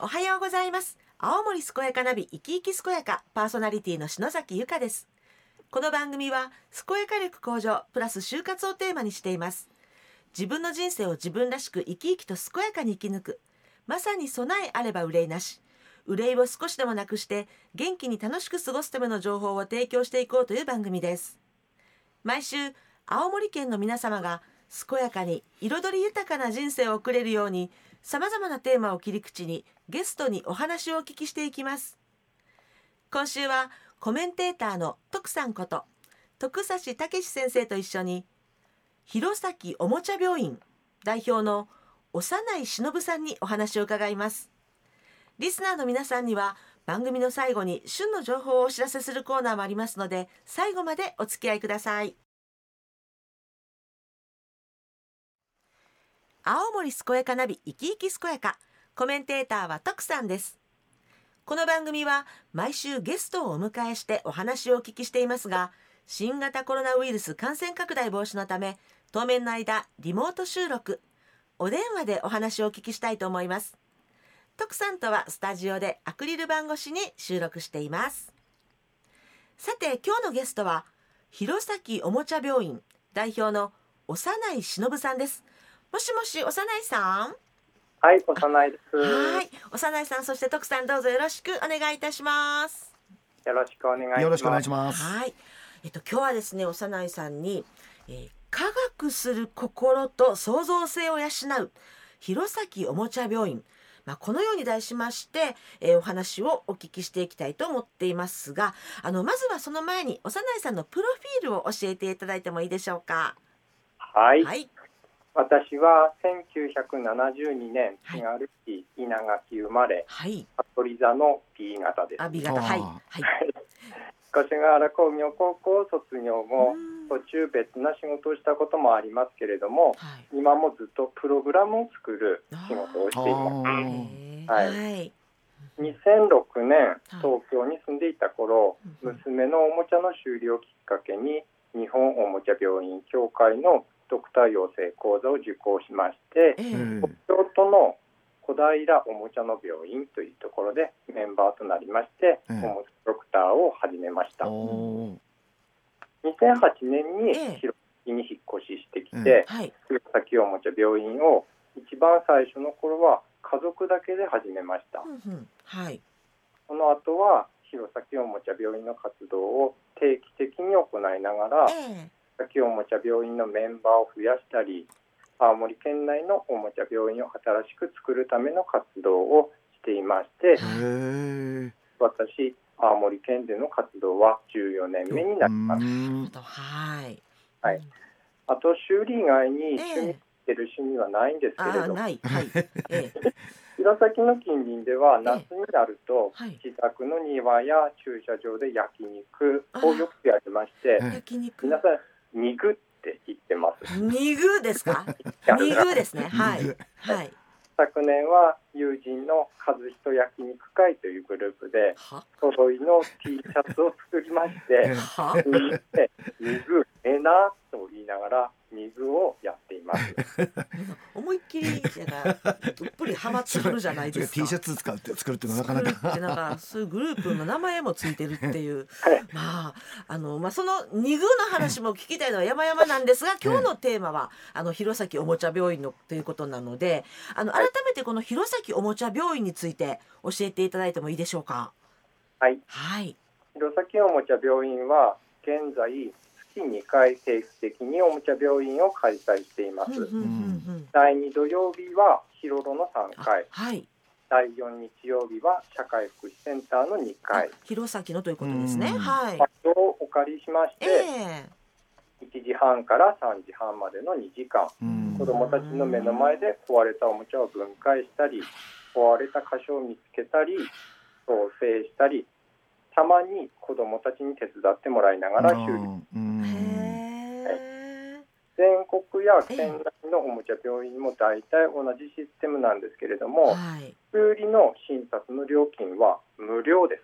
おはようございます。青森健やかナビ生き生き健やかパーソナリティの篠崎由香です。この番組は健やか力向上プラス就活をテーマにしています。自分の人生を自分らしく生き生きと健やかに生き抜く、まさに備えあれば憂いなし、憂いを少しでもなくして元気に楽しく過ごすための情報を提供していこうという番組です。毎週青森県の皆様が健やかに彩り豊かな人生を送れるように、さまざまなテーマを切り口にゲストにお話をお聞きしていきます。今週はコメンテーターの徳さんこと徳指武先生と一緒に、弘前おもちゃ病院代表の長内忍さんにお話を伺います。リスナーの皆さんには番組の最後に旬の情報をお知らせするコーナーもありますので、最後までお付き合いください。青森健やかナビ生き生き健やか、コメンテーターは徳さんです。この番組は毎週ゲストをお迎えしてお話をお聞きしていますが、新型コロナウイルス感染拡大防止のため当面の間リモート収録、お電話でお話をお聞きしたいと思います。徳さんとはスタジオでアクリル板越しに収録しています。さて今日のゲストは弘前おもちゃ病院代表の長内忍さんです。もしもし、長内さん。 はい、長内です。 はい、長内さん、そして徳さん、どうぞよろしくお願いいたします。 よろしくお願いします。 よろしくお願いします。 はい、今日はですね、長内さんに、科学する心と創造性を養う弘前おもちゃ病院、このように題しまして、お話をお聞きしていきたいと思っていますが、まずはその前に長内さんのプロフィールを教えていただいてもいいでしょうか。 はい、 はい、 私は1972年津軽市稲垣生まれ、 はい、 羽鳥座の B 型です。 B 型、はい、はい、 越谷原工業高校を卒業後、途中別な仕事をしたこともありますけれども、はい、今もずっとプログラムを作る仕事をしています。はい、2006年東京に住んでいた頃、娘のおもちゃの修理をきっかけに日本おもちゃ病院協会のドクター養成講座を受講しまして、東京都の小平おもちゃの病院というところでメンバーとなりまして、おもちゃドクターを始めました。2008年に弘前に引っ越ししてきて、弘前おもちゃ病院を一番最初の頃は家族だけで始めました。その後は弘前おもちゃ病院の活動を定期的に行いながら、弘前おもちゃ病院のメンバーを増やしたり、青森県内のおもちゃ病院を新しく作るための活動をしていまして、私青森県での活動は14年目になります。あと修理以外に趣味してる趣味はないんですけれども、弘前の近隣では夏になると自宅の庭や駐車場で焼肉をよくやりまして、皆さんニグって言ってます。 ニグですか？ニグですね。はい。はい。 昨年は友人の和人焼肉会というグループで揃いの T シャツを作りまして、ニグなと言いながらニグをやっています。 思いっきりうっぷりハマってくるじゃないですか。 T シャツ作るってなかなかなんかそういうグループの名前もついてるっていうそのニグの話も聞きたいのは山々なんですが、今日のテーマは弘前おもちゃ病院のということなので、改めてこの弘前おもちゃ病院について教えていただいてもいいでしょうか。 はい、弘前おもちゃ病院は現在月2回定期的におもちゃ病院を開催しています。第2土曜日は広呂の3回、第4日曜日は社会福祉センターの2回、 弘前のということですね。 場所をお借りしまして、1時半から3時半までの2時間、子どもたちの目の前で壊れたおもちゃを分解したり、壊れた箇所を見つけたり調整したり、たまに子どもたちに手伝ってもらいながら修理、全国や県内のおもちゃ病院も大体同じシステムなんですけれども、修理の診察の料金は無料です。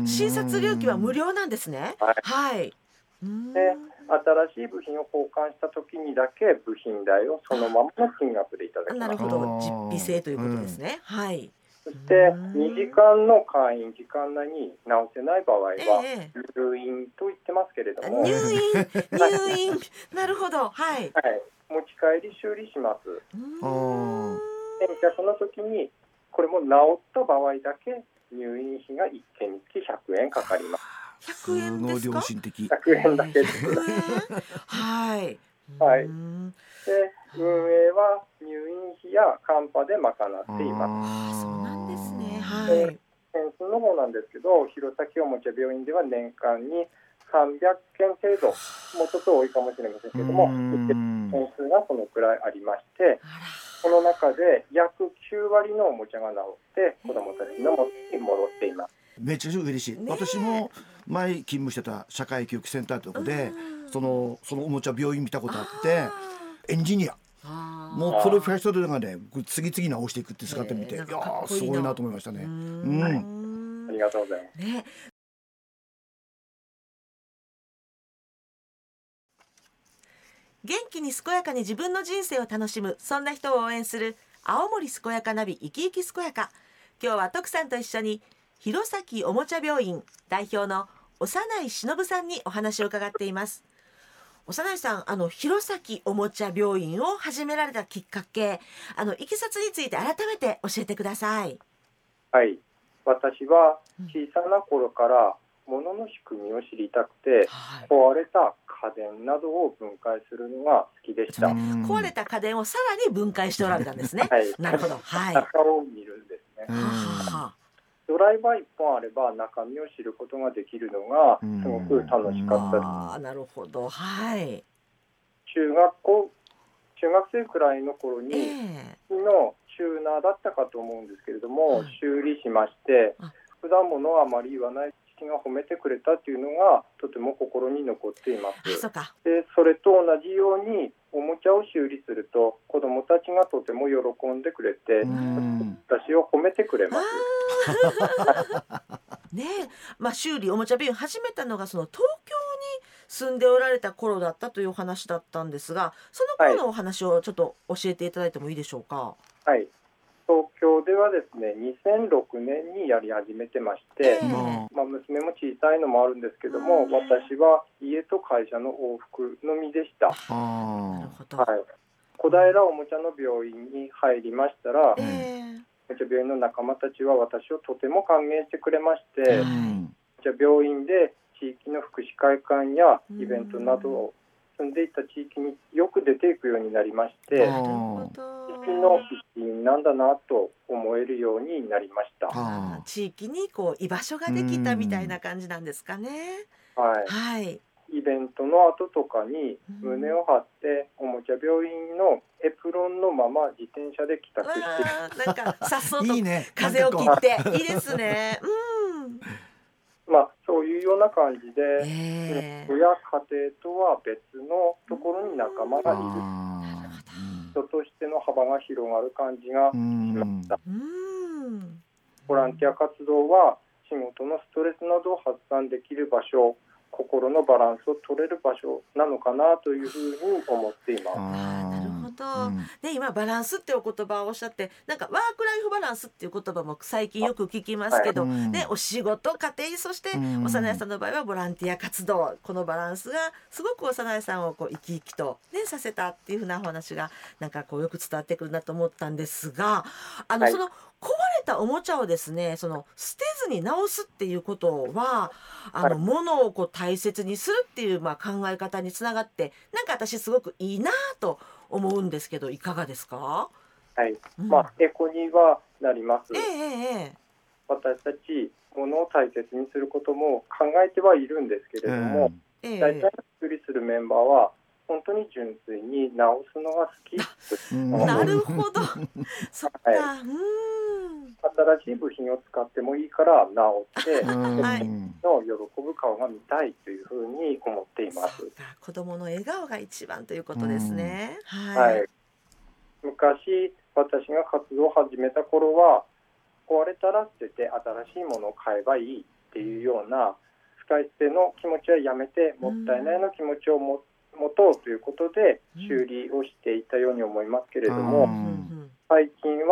診察料金は無料なんですね。 で、新しい部品を交換した時にだけ部品代をそのままの金額でいただきます。 なるほど、実費制ということですね。 そして2時間の会員時間内に治せない場合は入院と言ってますけれども、 入院なるほど、はい、 はい、持ち帰り修理します。返却の時にこれも治った場合だけ入院費が1件につき100円かかります。 100円ですか？ 良心的。 100円だけです。 はい。 はい。で、運営は入院費やカンパで賄っています。そうなんですね。はい。 件数の方なんですけど、弘前おもちゃ病院では年間に300件程度、もうちょっと多いかもしれませんけれども、件数がそのくらいありまして、この中で約9割のおもちゃが治って子どもたちの元に戻っています。 めっちゃ嬉しい。私も前勤務してた社会教育センターとかでそのおもちゃ病院見たことあって、エンジニアもうプロフェッショナルがね次々直していくって姿見て、いやすごいなと思いましたね。 ありがとうございます。 元気に健やかに自分の人生を楽しむ、そんな人を応援する青森健やかナビ、生き生き健やか。今日は徳さんと一緒に弘前おもちゃ病院代表の長内忍さんにお話を伺っています。長内さん、弘前おもちゃ病院を始められたきっかけ、いきさつについて改めて教えてください。 はい、私は小さな頃から物の仕組みを知りたくて、壊れた家電などを分解するのが好きでした。 壊れた家電をさらに分解しておられたんですね。 はい、 なるほど。はい、 中を見るんですね。ドライバー1本あれば中身を知ることができるのがすごく楽しかったです。 なるほど。はい。 中学生くらいの頃に、のチューナーだったかと思うんですけれども、修理しまして、普段物はあまり言わない父が褒めてくれたというのがとても心に残っています。で、それと同じようにおもちゃを修理すると子どもたちがとても喜んでくれて、私を褒めてくれます。 ねえ、修理おもちゃ病院始めたのがその東京に住んでおられた頃だったというお話だったんですが、その頃のお話をちょっと教えていただいてもいいでしょうか。 はい、東京ではですね、2006年にやり始めてまして、娘も小さいのもあるんですけども、私は家と会社の往復のみでした。 なるほど。 はい、小平おもちゃの病院に入りましたら、おもちゃ病院の仲間たちは私をとても歓迎してくれまして、おもちゃ病院で地域の福祉会館やイベントなどを住んでいた地域によく出ていくようになりまして、地域の一員なんだなと思えるようになりました。 地域に居場所ができたみたいな感じなんですかね。はい。 イベントの後とかに胸を張っておもちゃ病院のエプロンのまま自転車で帰宅して、 なんかさっそうと風を切っていいですね。 そういうような感じで、親家庭とは別のところに仲間がいる、人としての幅が広がる感じがしました。ボランティア活動は仕事のストレスなどを発散できる場所、心のバランスを取れる場所なのかなというふうに思っています。 なるほど。今バランスってお言葉をおっしゃって、なんかワークライフバランスっていう言葉も最近よく聞きますけど、お仕事、家庭、そして長内さんの場合はボランティア活動、このバランスがすごく長内さんを生き生きと、させたっていうふうなお話がなんかよく伝わってくるなと思ったんですが、その壊れたおもちゃをですね、捨てずに直すっていうことは物を大切にするっていう考え方につながって、なんか私すごくいいなと思うんですけど、いかがですか？ はい、エコにはなります。私たち物を大切にすることも考えてはいるんですけれども、大体修理するメンバーは本当に純粋に直すのが好きです。 なるほど。そっか。 新しい部品を使ってもいいから直っての喜ぶ顔が見たいというふうに思っています。 子供の笑顔が一番ということですね。 昔私が活動を始めた頃は、壊れたら捨てて新しいものを買えばいいっていうような使い捨ての気持ちはやめて、もったいないの気持ちを持とうということで修理をしていたように思いますけれども、最近は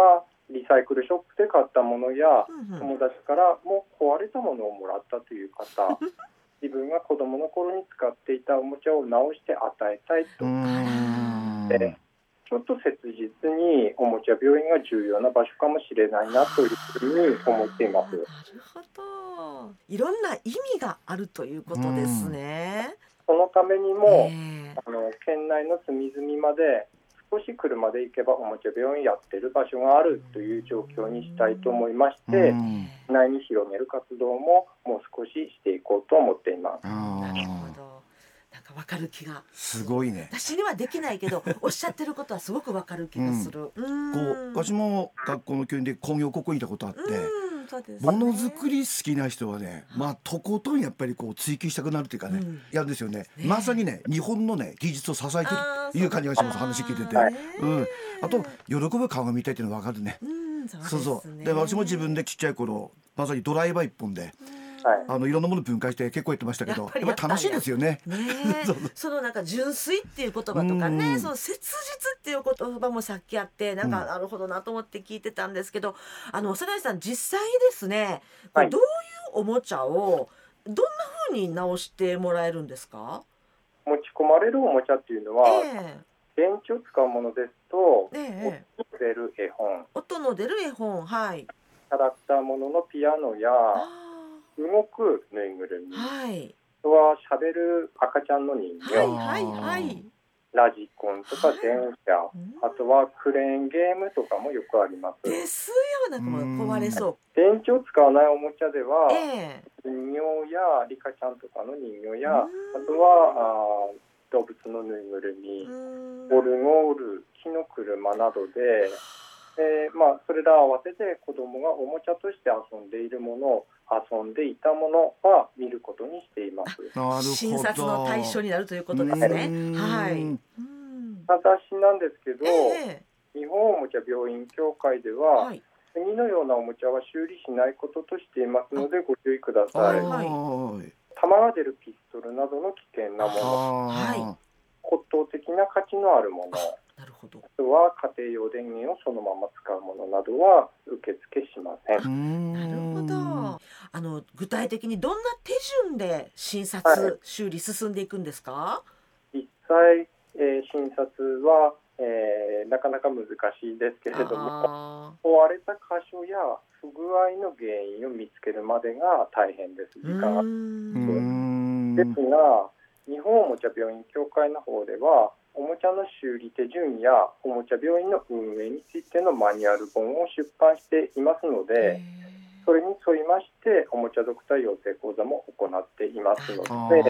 リサイクルショップで買ったものや、友達からもう壊れたものをもらったという方自分が子どもの頃に使っていたおもちゃを直して与えたいとちょっと切実におもちゃ病院が重要な場所かもしれないなというふうに思っています。なるほど、いろんな意味があるということですね。 そのためにも、県内の隅々まで少し車で行けばおもちゃ病院やってる場所があるという状況にしたいと思いまして、市内に広める活動ももう少ししていこうと思っています。 なるほど、なんか分かる気がすごいね。 私にはできないけどおっしゃってることはすごく分かる気がする。 私も学校の教員で工業高校にいたことあって、ものづくり好きな人はね、とことんやっぱりこう追求したくなるというかね、やるんですよね。まさにね、日本のね技術を支えてるという感じがします。話聞いてて、あと喜ぶ顔が見たいっていうのが分かるね。そうで、私も自分でちっちゃい頃まさにドライバー一本でいろんなもの分解して結構やってましたけど、やっぱり楽しいですよね。 そのなんか純粋っていう言葉とかね、その切実っていう言葉もさっきあって、なんかなるほどなと思って聞いてたんですけど、長内さん実際ですね、どういうおもちゃをどんな風に直してもらえるんですか？ 持ち込まれるおもちゃっていうのは、電池を使うものですと、音の出る絵本、 音の出る絵本、キャラクターもののピアノや動くぬいぐるみ、あとはしゃべる赤ちゃんの人形、ラジコンとか電車、あとはクレーンゲームとかもよくあります。 ですよ、なんかもう壊れそう。 電池を使わないおもちゃでは、人形やリカちゃんとかの人形や、あとは動物のぬいぐるみ、オルゴール、木の車などで、それら合わせて子どもがおもちゃとして遊んでいるもの、遊んでいたものは見ることにしています。 診察の対象になるということですね。 ただしなんですけど、日本おもちゃ病院協会では、次のようなおもちゃは修理しないこととしていますのでご注意ください。弾が出るピストルなどの危険なもの、骨董的な価値のあるもの、あとは家庭用電源をそのまま使うものなどは受付しません。 なるほど。具体的にどんな手順で診察、修理進んでいくんですか？ 実際、診察は、なかなか難しいですけれども、壊れた箇所や不具合の原因を見つけるまでが大変です。時間がですが、日本おもちゃ病院協会の方ではおもちゃの修理手順やおもちゃ病院の運営についてのマニュアル本を出版していますので、それに沿いましておもちゃドクター養成講座も行っていますので、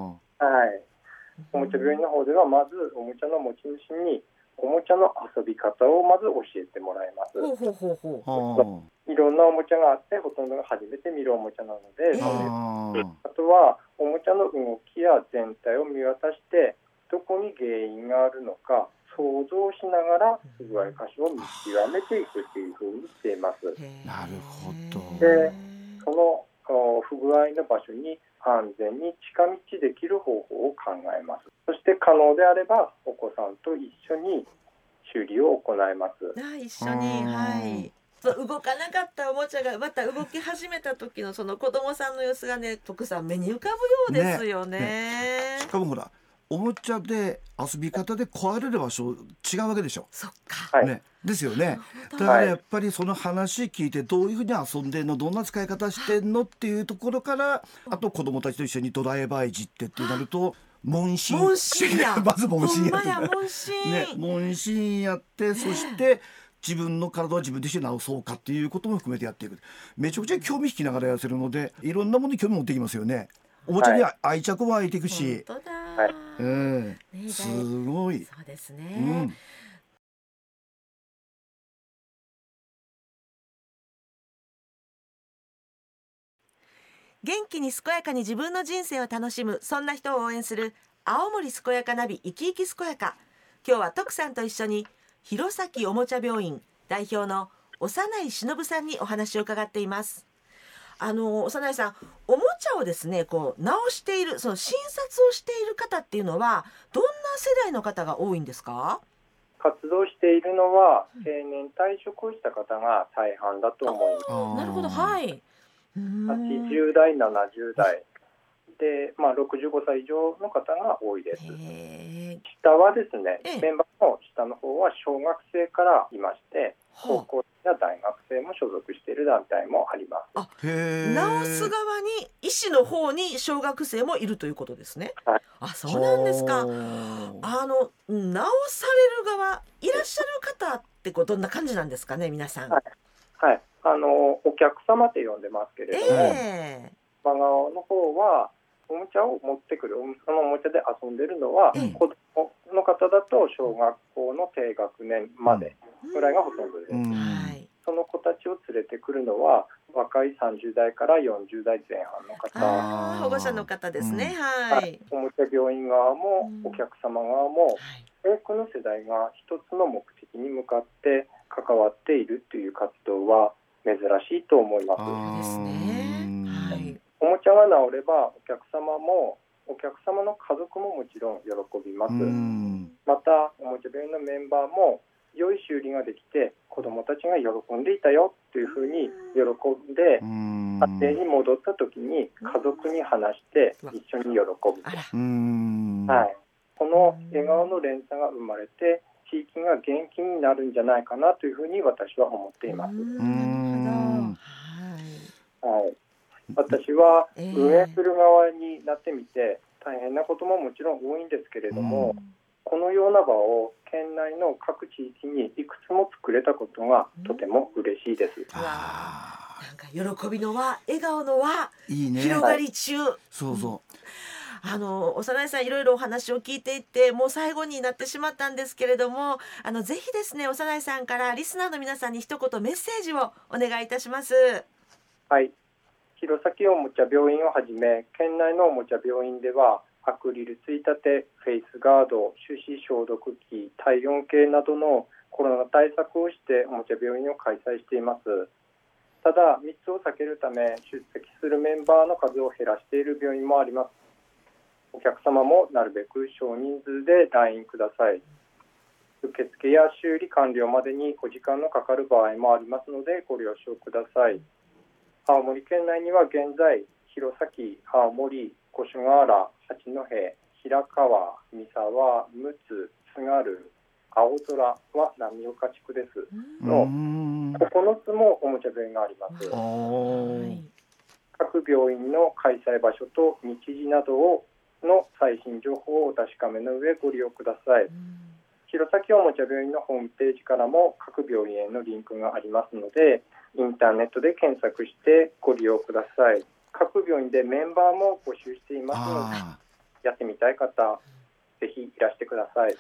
おもちゃ病院の方ではまずおもちゃの持ち主におもちゃの遊び方をまず教えてもらいます。いろんなおもちゃがあってほとんどが初めて見るおもちゃなので、あとはおもちゃの動きや全体を見渡してどこに原因があるのか想像しながら不具合箇所を見極めていくというふうにしています。 なるほど。 で、その不具合の場所に安全に近道できる方法を考えます。そして可能であればお子さんと一緒に修理を行います。 一緒に、動かなかったおもちゃがまた動き始めた時のその子供さんの様子がね、徳さん目に浮かぶようですよね。 しかもほら、おもちゃで遊び方で壊れる場所違うわけでしょ。 そっか、 ですよね。だからやっぱりその話聞いてどういうふうに遊んでんの、どんな使い方してんのっていうところから、あと子供たちと一緒にドライバーいじってってなると問診まず問診やって問診やって、そして自分の体を自分でして直そうかっていうことも含めてやっていく。めちゃくちゃ興味引きながらやらせるので、いろんなものに興味持ってきますよね。おもちゃに愛着も湧いていくし、すごい。 そうですね。元気に健やかに自分の人生を楽しむ、そんな人を応援する青森健やかナビ、生き生き健やか。今日は徳さんと一緒に弘前おもちゃ病院代表の長内忍さんにお話を伺っています。長内さん、おもちゃをですね直している、その診察をしている方っていうのはどんな世代の方が多いんですか？ 活動しているのは定年退職をした方が大半だと思います。 なるほど、はい。 80代、70代で、65歳以上の方が多いです。下はですね、メンバーの下の方は小学生からいまして、高校や大学生も所属している団体もあります。 治す側に医師の方に小学生もいるということですね。 はい、 そうなんですか。治される側いらっしゃる方ってどんな感じなんですかね、皆さん。 はい、お客様って呼んでますけれども、真顔の方はおもちゃを持ってくる、そのおもちゃで遊んでるのは、子供の方だと小学校の低学年までぐらいがほとんどです。その子たちを連れてくるのは若い30代から40代前半の方、 保護者の方ですね。 おもちゃ病院側もお客様側も、多くの世代が一つの目的に向かって関わっているという活動は珍しいと思います。 ですね。 おもちゃが治ればお客様の家族ももちろん喜びます。またおもちゃ病院のメンバーも良い修理ができて子どもたちが喜んでいたよというふうに喜んで、家庭に戻った時に家族に話して一緒に喜ぶ。この笑顔の連鎖が生まれて地域が元気になるんじゃないかなというふうに私は思っています。私は運営する側になってみて大変なことももちろん多いんですけれども、このような場を県内の各地域にいくつも作れたことがとても嬉しいです。 なんか喜びの輪、笑顔の輪、 いいね、 広がり中。 そう幼いさんいろいろお話を聞いていってもう最後になってしまったんですけれども、ぜひですね、幼いさんからリスナーの皆さんに一言メッセージをお願いいたします。 はい、弘前おもちゃ病院をはじめ県内のおもちゃ病院ではアクリルついたて、フェイスガード、手指消毒器、体温計などのコロナ対策をしておもちゃ病院を開催しています。ただ密を避けるため出席するメンバーの数を減らしている病院もあります。お客様もなるべく少人数で来院ください。受付や修理完了までにお時間のかかる場合もありますのでご了承ください。青森県内には現在弘前、青森、五所川原、八戸、平川、三沢、陸奥、津軽、青空は浪岡地区ですの9つもおもちゃ病院があります。各病院の開催場所と日時などの最新情報をお確かめの上ご利用ください。弘前おもちゃ病院のホームページからも各病院へのリンクがありますのでインターネットで検索してご利用ください。各病院でメンバーも募集していますのでやってみたい方ぜひいらしてください。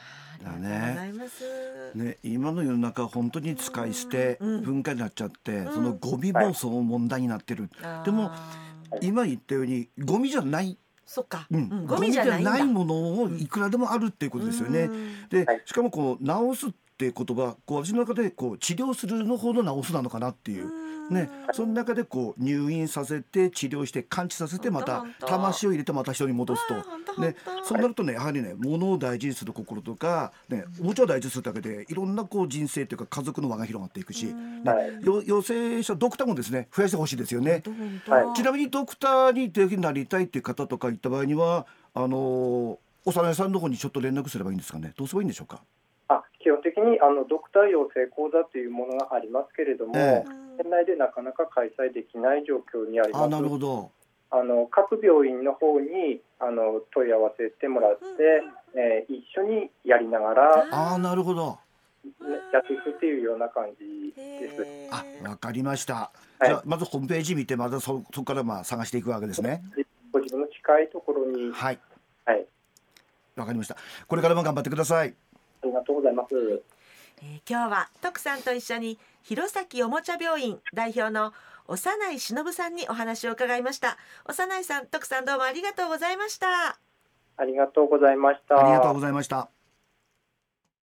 今の世の中本当に使い捨て文化になっちゃって、そのゴミもそう問題になってる。でも今言ったようにゴミじゃないゴミじゃないものをいくらでもあるっていうことですよね。でしかもこう治すって言葉私の中で治療するのほど治すなのかなっていうね、その中で入院させて治療して完治させてまた魂を入れてまた人に戻すと、ね、そうなるとねやはりね物を大事にする心とか、ね、おもちゃを大事にするだけでいろんな人生というか家族の輪が広がっていくし、陽性者ドクターもですね増やしてほしいですよね。ちなみにドクターにぜひなりたいっていう方とかいった場合には幼いさんの方にちょっと連絡すればいいんですかね。どうすればいいんでしょうか。 基本的にドクター養成講座というものがありますけれども、県内でなかなか開催できない状況にあります。 なるほど。 各病院の方に問い合わせてもらって、一緒にやりながらなるほどやっていくっていうような感じです。 わかりました。じゃあまずホームページ見てまずそこから探していくわけですね。 ご自分の近いところに。 わかりました。これからも頑張ってください。 ありがとうございます。 今日は徳さんと一緒に弘前おもちゃ病院代表の幼い忍さんにお話を伺いました。幼いさん、徳さんどうもありがとうございました。 ありがとうございました。 ありがとうございました。